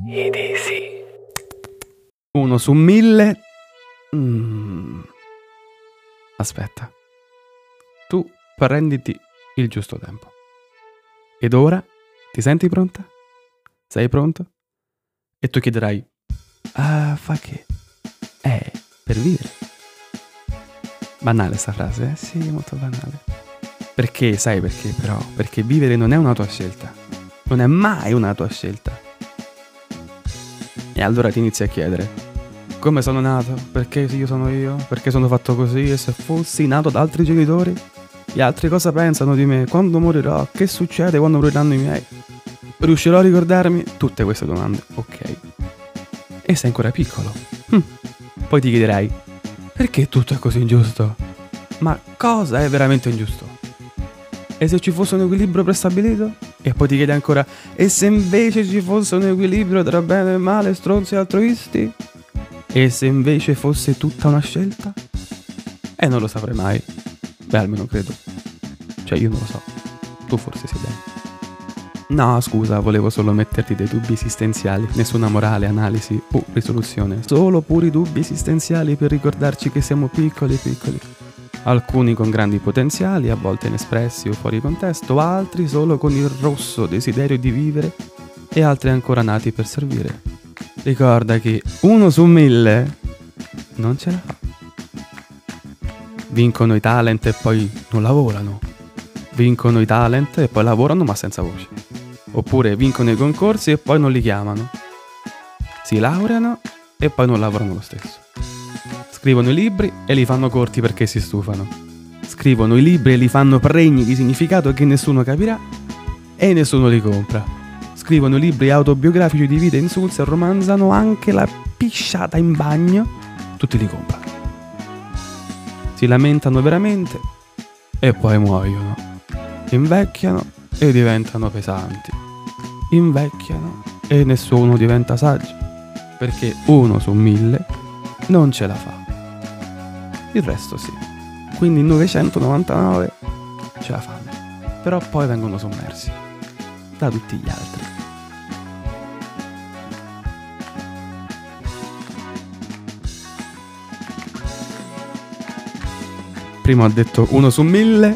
Easy. 1 su 1000. Aspetta. Tu prenditi il giusto tempo. Ed ora? Ti senti pronta? Sei pronto? E tu chiederai: fa che? Per vivere. Banale sta frase, Sì, molto banale. Perché? Sai perché però? Perché vivere non è una tua scelta. Non è mai una tua scelta. E allora ti inizi a chiedere: come sono nato? Perché io sono io? Perché sono fatto così? E se fossi nato da altri genitori? Gli altri cosa pensano di me? Quando morirò? Che succede quando moriranno i miei? Riuscirò a ricordarmi? Tutte queste domande, ok. E sei ancora piccolo. Poi ti chiederai: perché tutto è così ingiusto? Ma cosa è veramente ingiusto? E se ci fosse un equilibrio prestabilito? E poi ti chiedi ancora: e se invece ci fosse un equilibrio tra bene e male, stronzi e altruisti? E se invece fosse tutta una scelta? Non lo saprai mai. Beh, almeno credo. Cioè, io non lo so. Tu forse sei bene. No, scusa, volevo solo metterti dei dubbi esistenziali. Nessuna morale, analisi o risoluzione. Solo puri dubbi esistenziali per ricordarci che siamo piccoli. Alcuni con grandi potenziali, a volte inespressi o fuori contesto, altri solo con il rosso desiderio di vivere e altri ancora nati per servire. Ricorda che 1 su 1000 non ce la fa. Vincono i talent e poi non lavorano. Vincono i talent e poi lavorano ma senza voce. Oppure vincono i concorsi e poi non li chiamano. Si laureano e poi non lavorano lo stesso. Scrivono i libri e li fanno corti perché si stufano. Scrivono i libri e li fanno pregni di significato che nessuno capirà e nessuno li compra. Scrivono libri autobiografici di vite insulse e romanzano anche la pisciata in bagno. Tutti li comprano. Si lamentano veramente e poi muoiono. Invecchiano e diventano pesanti. Invecchiano e nessuno diventa saggio. Perché 1 su 1000 non ce la fa. Il resto sì. Quindi 999 ce la fanno. Però poi vengono sommersi da tutti gli altri. Prima ho detto 1 su 1000.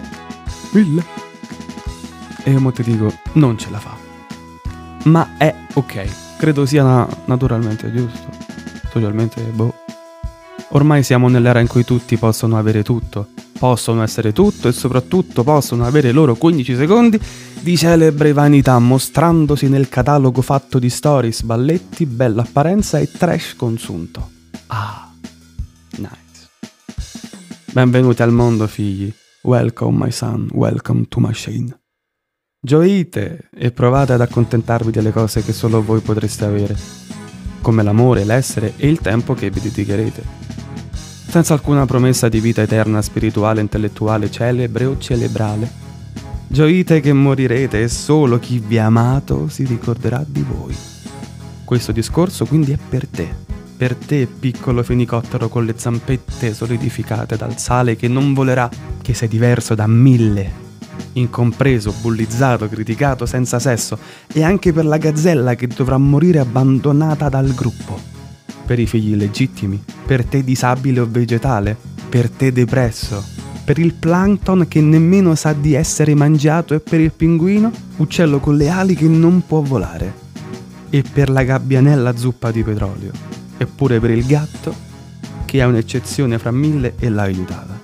E io mo ti dico: non ce la fa. Ma è ok. Credo sia naturalmente giusto. Socialmente Ormai siamo nell'era in cui tutti possono avere tutto. Possono essere tutto e soprattutto possono avere i loro 15 secondi di celebre vanità, mostrandosi nel catalogo fatto di stories, balletti, bella apparenza e trash consunto. Nice. Benvenuti al mondo, figli. Welcome, my son. Welcome to my Shane. Gioite e provate ad accontentarvi delle cose che solo voi potreste avere, come l'amore, l'essere e il tempo che vi dedicherete, senza alcuna promessa di vita eterna, spirituale, intellettuale, celebre o celebrale. Gioite che morirete e solo chi vi ha amato si ricorderà di voi. Questo discorso quindi è per te, piccolo fenicottero con le zampette solidificate dal sale che non volerà, che sei diverso da 1000, incompreso, bullizzato, criticato, senza sesso, e anche per la gazzella che dovrà morire abbandonata dal gruppo. Per i figli illegittimi, per te disabile o vegetale, per te depresso, per il plankton che nemmeno sa di essere mangiato e per il pinguino, uccello con le ali che non può volare, e per la gabbianella zuppa di petrolio, eppure per il gatto che ha un'eccezione fra 1000 e l'ha aiutata.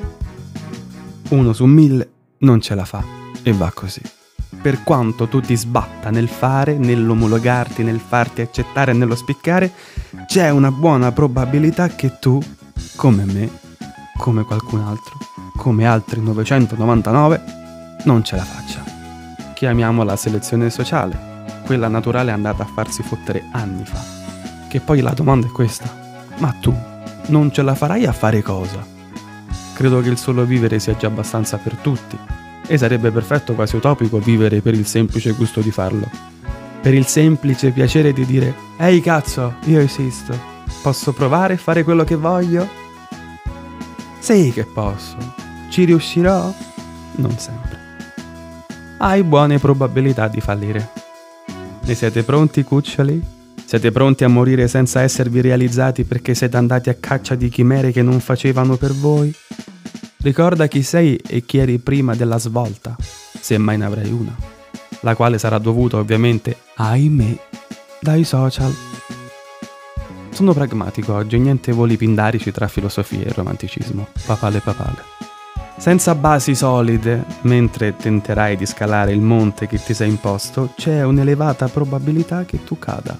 1 su 1000 non ce la fa e va così. Per quanto tu ti sbatta nel fare, nell'omologarti, nel farti accettare e nello spiccare, c'è una buona probabilità che tu, come me, come qualcun altro, come altri 999, non ce la faccia. Chiamiamola selezione sociale. Quella naturale è andata a farsi fottere anni fa. Che poi la domanda è questa: ma tu non ce la farai a fare cosa? Credo che il solo vivere sia già abbastanza per tutti. E sarebbe perfetto, quasi utopico, vivere per il semplice gusto di farlo. Per il semplice piacere di dire: ehi cazzo, io esisto. Posso provare e fare quello che voglio? Sì che posso. Ci riuscirò? Non sempre. Hai buone probabilità di fallire. Ne siete pronti, cuccioli? Siete pronti a morire senza esservi realizzati perché siete andati a caccia di chimere che non facevano per voi? Ricorda chi sei e chi eri prima della svolta, se mai ne avrai una, la quale sarà dovuta ovviamente, ahimè, dai social. Sono pragmatico oggi, niente voli pindarici tra filosofia e romanticismo, papale. Senza basi solide, mentre tenterai di scalare il monte che ti sei imposto, c'è un'elevata probabilità che tu cada.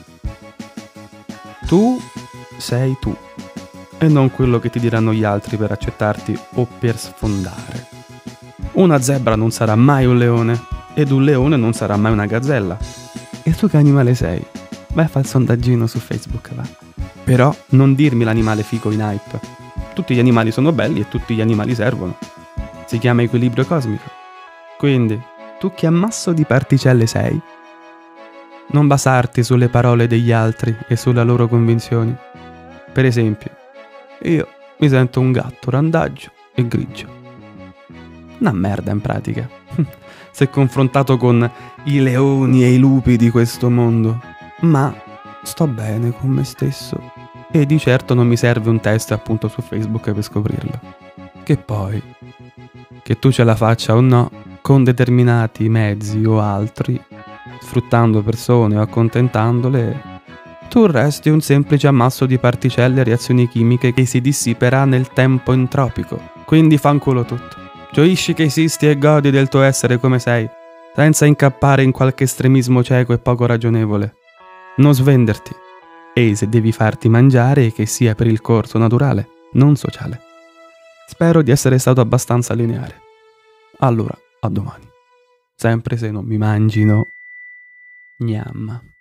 Tu sei tu, e non quello che ti diranno gli altri per accettarti o per sfondare. Una zebra non sarà mai un leone, ed un leone non sarà mai una gazzella. E tu che animale sei? Vai a fare il sondaggino su Facebook, va. Però non dirmi l'animale figo in hype. Tutti gli animali sono belli e tutti gli animali servono. Si chiama equilibrio cosmico. Quindi, tu che ammasso di particelle sei? Non basarti sulle parole degli altri e sulle loro convinzioni. Per esempio, io mi sento un gatto randagio e grigio. Una merda in pratica, se confrontato con i leoni e i lupi di questo mondo. Ma sto bene con me stesso e di certo non mi serve un test appunto su Facebook per scoprirlo. Che poi, che tu ce la faccia o no, con determinati mezzi o altri, sfruttando persone o accontentandole, tu resti un semplice ammasso di particelle e reazioni chimiche che si dissiperà nel tempo entropico. Quindi fanculo tutto. Gioisci che esisti e godi del tuo essere come sei, senza incappare in qualche estremismo cieco e poco ragionevole. Non svenderti. E se devi farti mangiare, che sia per il corso naturale, non sociale. Spero di essere stato abbastanza lineare. Allora, a domani. Sempre se non mi mangino. Gnam.